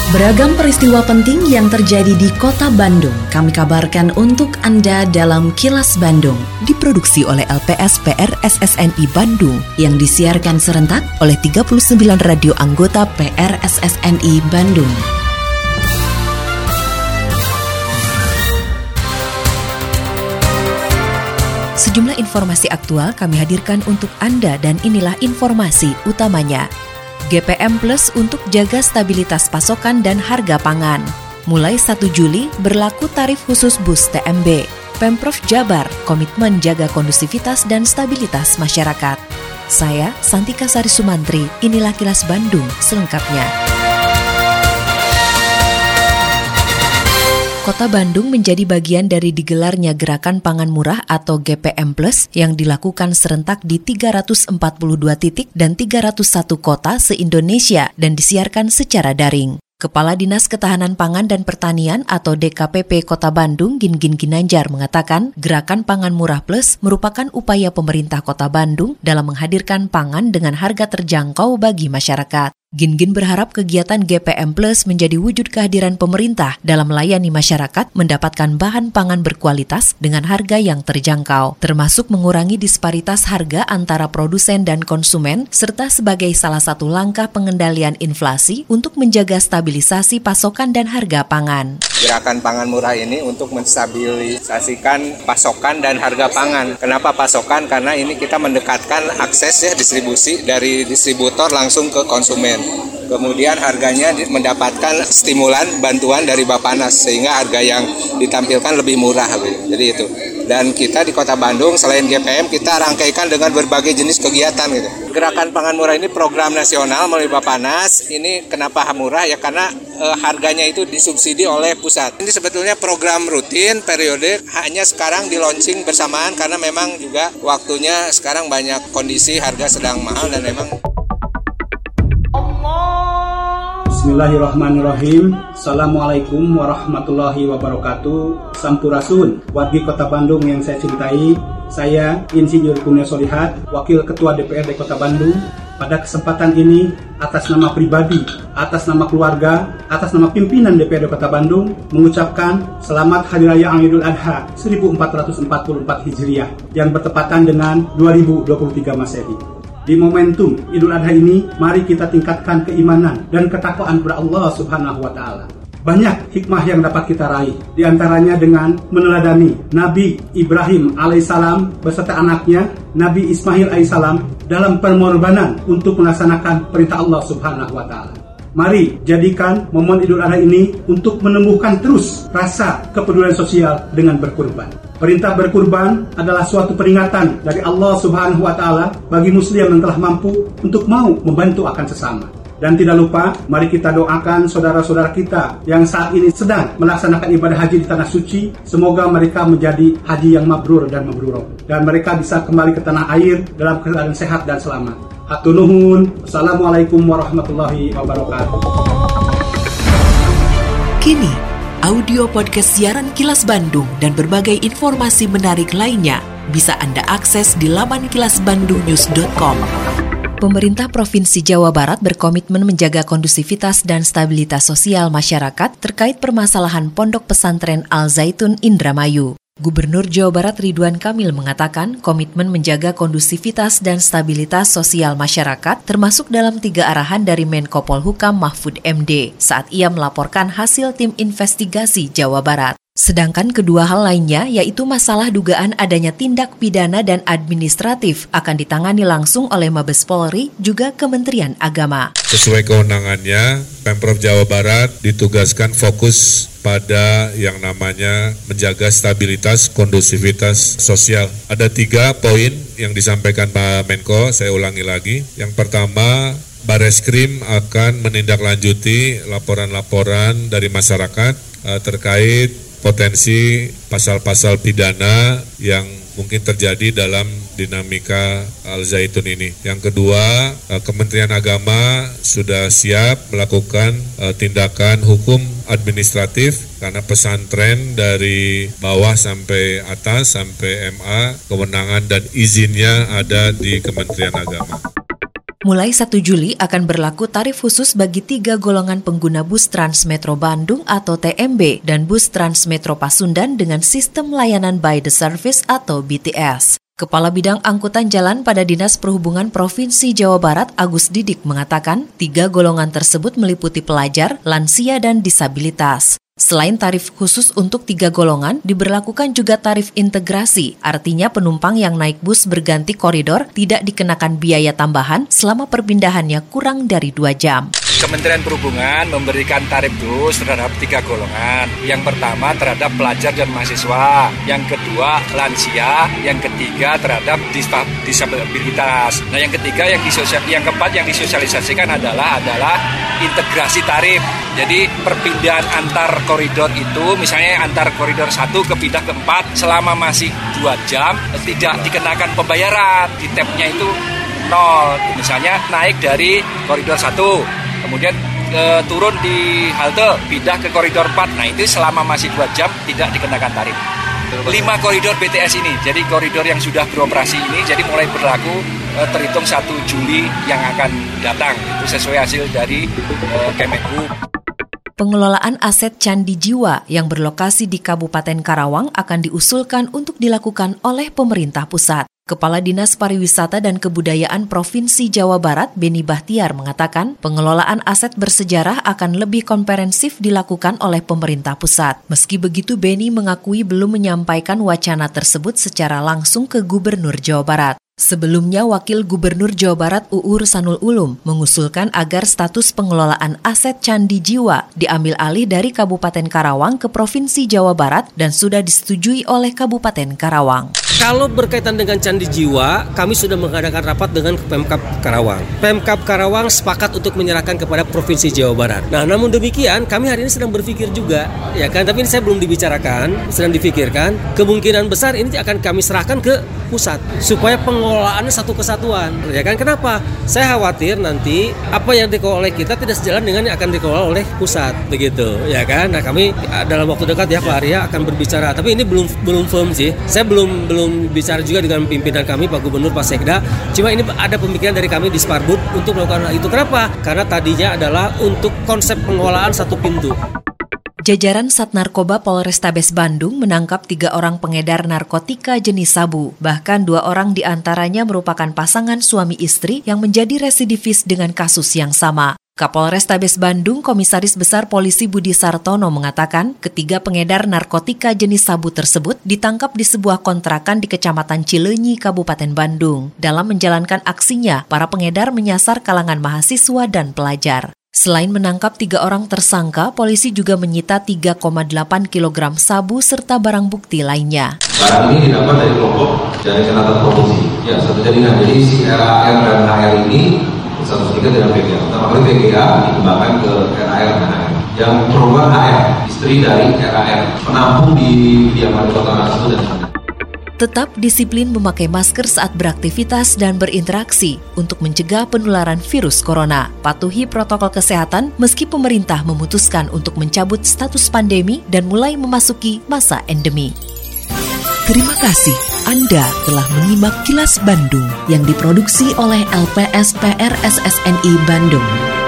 Beragam peristiwa penting yang terjadi di Kota Bandung kami kabarkan untuk Anda dalam Kilas Bandung. Diproduksi oleh LPS PRSSNI Bandung yang disiarkan serentak oleh 39 radio anggota PRSSNI Bandung. Sejumlah informasi aktual kami hadirkan untuk Anda dan inilah informasi utamanya. GPM Plus untuk jaga stabilitas pasokan dan harga pangan. Mulai 1 Juli berlaku tarif khusus bus TMB. Pemprov Jabar komitmen jaga kondusivitas dan stabilitas masyarakat. Saya Santika Sari Sumantri, inilah Kilas Bandung selengkapnya. Kota Bandung menjadi bagian dari digelarnya Gerakan Pangan Murah atau GPM Plus yang dilakukan serentak di 342 titik dan 301 kota se-Indonesia dan disiarkan secara daring. Kepala Dinas Ketahanan Pangan dan Pertanian atau DKPP Kota Bandung, Gingin Ginanjar mengatakan, Gerakan Pangan Murah Plus merupakan upaya pemerintah Kota Bandung dalam menghadirkan pangan dengan harga terjangkau bagi masyarakat. Gingin berharap kegiatan GPM Plus menjadi wujud kehadiran pemerintah dalam melayani masyarakat mendapatkan bahan pangan berkualitas dengan harga yang terjangkau, termasuk mengurangi disparitas harga antara produsen dan konsumen, serta sebagai salah satu langkah pengendalian inflasi untuk menjaga stabilisasi pasokan dan harga pangan. Gerakan Pangan Murah ini untuk menstabilisasikan pasokan dan harga pangan. Kenapa pasokan? Karena ini kita mendekatkan akses distribusi dari distributor langsung ke konsumen. Kemudian harganya mendapatkan stimulan bantuan dari Bappenas sehingga harga yang ditampilkan lebih murah. Jadi itu. Dan kita di Kota Bandung selain GPM kita rangkaikan dengan berbagai jenis kegiatan gitu. Gerakan Pangan Murah ini program nasional melalui Bappenas. Ini kenapa murah ya karena harganya itu disubsidi oleh pusat. Ini sebetulnya program rutin periode hanya sekarang di launching bersamaan karena memang juga waktunya sekarang banyak kondisi harga sedang mahal dan memang. Bismillahirrahmanirrahim. Assalamualaikum warahmatullahi wabarakatuh. Sampurasun, wargi Kota Bandung yang saya cintai. Saya Insinyur Kurnia Solihat, Wakil Ketua DPRD Kota Bandung. Pada kesempatan ini, atas nama pribadi, atas nama keluarga, atas nama pimpinan DPRD Kota Bandung, mengucapkan Selamat Hari Raya Idul Adha 1444 Hijriah yang bertepatan dengan 2023 Masehi. Di momentum Idul Adha ini, mari kita tingkatkan keimanan dan ketakwaan kepada Allah Subhanahu wa Ta'ala. Banyak hikmah yang dapat kita raih, di antaranya dengan meneladani Nabi Ibrahim alaihissalam beserta anaknya Nabi Ismail alaihissalam dalam pengorbanan untuk melaksanakan perintah Allah Subhanahu wa Ta'ala. Mari jadikan momen Idul Adha ini untuk menumbuhkan terus rasa kepedulian sosial dengan berkurban. Perintah berkurban adalah suatu peringatan dari Allah Subhanahu wa Ta'ala bagi muslim yang telah mampu untuk mau membantu akan sesama. Dan tidak lupa, mari kita doakan saudara-saudara kita yang saat ini sedang melaksanakan ibadah haji di Tanah Suci. Semoga mereka menjadi haji yang mabrur dan mabrurah. Dan mereka bisa kembali ke tanah air dalam keadaan sehat dan selamat. Hatur nuhun. Assalamualaikum warahmatullahi wabarakatuh. Kini, audio podcast siaran Kilas Bandung dan berbagai informasi menarik lainnya bisa Anda akses di laman kilasbandungnews.com. Pemerintah Provinsi Jawa Barat berkomitmen menjaga kondusivitas dan stabilitas sosial masyarakat terkait permasalahan Pondok Pesantren Al Zaitun Indramayu. Gubernur Jawa Barat Ridwan Kamil mengatakan komitmen menjaga kondusivitas dan stabilitas sosial masyarakat termasuk dalam 3 arahan dari Menko Polhukam Mahfud MD saat ia melaporkan hasil tim investigasi Jawa Barat. Sedangkan kedua hal lainnya yaitu masalah dugaan adanya tindak pidana dan administratif akan ditangani langsung oleh Mabes Polri juga Kementerian Agama. Sesuai kewenangannya, Pemprov Jawa Barat ditugaskan fokus pada yang namanya menjaga stabilitas kondusivitas sosial. Ada 3 poin yang disampaikan Pak Menko, saya ulangi lagi. Yang pertama, Bareskrim akan menindaklanjuti laporan-laporan dari masyarakat terkait potensi pasal-pasal pidana yang mungkin terjadi dalam dinamika Al Zaitun ini. Yang kedua, Kementerian Agama sudah siap melakukan tindakan hukum administratif karena pesantren dari bawah sampai atas sampai MA, kewenangan dan izinnya ada di Kementerian Agama. Mulai 1 Juli akan berlaku tarif khusus bagi 3 golongan pengguna bus Transmetro Bandung atau TMB dan bus Transmetro Pasundan dengan sistem layanan by the service atau BTS. Kepala Bidang Angkutan Jalan pada Dinas Perhubungan Provinsi Jawa Barat, Agus Didik, mengatakan 3 golongan tersebut meliputi pelajar, lansia, dan disabilitas. Selain tarif khusus untuk 3 golongan, diberlakukan juga tarif integrasi, artinya penumpang yang naik bus berganti koridor tidak dikenakan biaya tambahan selama perpindahannya kurang dari 2 jam. Kementerian Perhubungan memberikan tarif khusus terhadap 3 golongan. Yang pertama terhadap pelajar dan mahasiswa, yang kedua lansia, yang ketiga terhadap disabilitas. Nah, yang ketiga yang keempat yang disosialisasikan adalah integrasi tarif. Jadi perpindahan antar koridor itu, misalnya antar koridor 1 ke pindah ke 4 selama masih 2 jam tidak dikenakan pembayaran. Di tab-nya itu 0. Misalnya naik dari koridor 1, kemudian turun di halte, pindah ke koridor 4. Nah, itu selama masih 2 jam tidak dikenakan tarif. 5 koridor BTS ini, jadi koridor yang sudah beroperasi ini, jadi mulai berlaku terhitung 1 Juli yang akan datang. Itu sesuai hasil dari Kemenhub. Pengelolaan aset Candi Jiwa yang berlokasi di Kabupaten Karawang akan diusulkan untuk dilakukan oleh pemerintah pusat. Kepala Dinas Pariwisata dan Kebudayaan Provinsi Jawa Barat, Beni Bahtiar, mengatakan pengelolaan aset bersejarah akan lebih komprehensif dilakukan oleh pemerintah pusat. Meski begitu, Beni mengakui belum menyampaikan wacana tersebut secara langsung ke Gubernur Jawa Barat. Sebelumnya, Wakil Gubernur Jawa Barat Uur Sanul Ulum mengusulkan agar status pengelolaan aset Candi Jiwa diambil alih dari Kabupaten Karawang ke Provinsi Jawa Barat dan sudah disetujui oleh Kabupaten Karawang. Kalau berkaitan dengan Candi Jiwa, kami sudah mengadakan rapat dengan Pemkab Karawang. Pemkab Karawang sepakat untuk menyerahkan kepada Provinsi Jawa Barat. Nah, namun demikian, kami hari ini sedang berpikir juga, ya kan? Tapi ini saya belum dibicarakan, sedang dipikirkan. Kemungkinan besar ini akan kami serahkan ke pusat supaya pengelolaannya satu kesatuan, ya kan? Kenapa? Saya khawatir nanti apa yang dikelola oleh kita tidak sejalan dengan yang akan dikelola oleh pusat, begitu, ya kan? Nah, kami dalam waktu dekat ya Pak Arya akan berbicara, tapi ini belum firm sih. Saya belum bicara juga dengan pimpinan kami, Pak Gubernur, Pak Sekda. Cuma ini ada pemikiran dari kami di Sparbud untuk melakukan hal itu. Kenapa? Karena tadinya adalah untuk konsep pengelolaan satu pintu. Jajaran Satnarkoba Polrestabes Bandung menangkap 3 orang pengedar narkotika jenis sabu. Bahkan 2 orang diantaranya merupakan pasangan suami istri yang menjadi residivis dengan kasus yang sama. Kapolrestabes Bandung, Komisaris Besar Polisi Budi Sartono mengatakan, ketiga pengedar narkotika jenis sabu tersebut ditangkap di sebuah kontrakan di Kecamatan Cileunyi, Kabupaten Bandung. Dalam menjalankan aksinya, para pengedar menyasar kalangan mahasiswa dan pelajar. Selain menangkap 3 orang tersangka, polisi juga menyita 3,8 kg sabu serta barang bukti lainnya. Barang ini didapat dari kelompok jaringan antar provinsi. Ya, satu jaringan. Jadi si RAR dan HR ini satu sindikat dengan VGA. Pertama kali VGA dikembangkan ke RAR dan HR. Yang perempuan HR, istri dari RAR, penampung di Diaman Kota Nasu dan Tetap disiplin memakai masker saat beraktivitas dan berinteraksi untuk mencegah penularan virus corona. Patuhi protokol kesehatan meski pemerintah memutuskan untuk mencabut status pandemi dan mulai memasuki masa endemi. Terima kasih Anda telah menyimak Kilas Bandung yang diproduksi oleh LPSPR SSNI Bandung.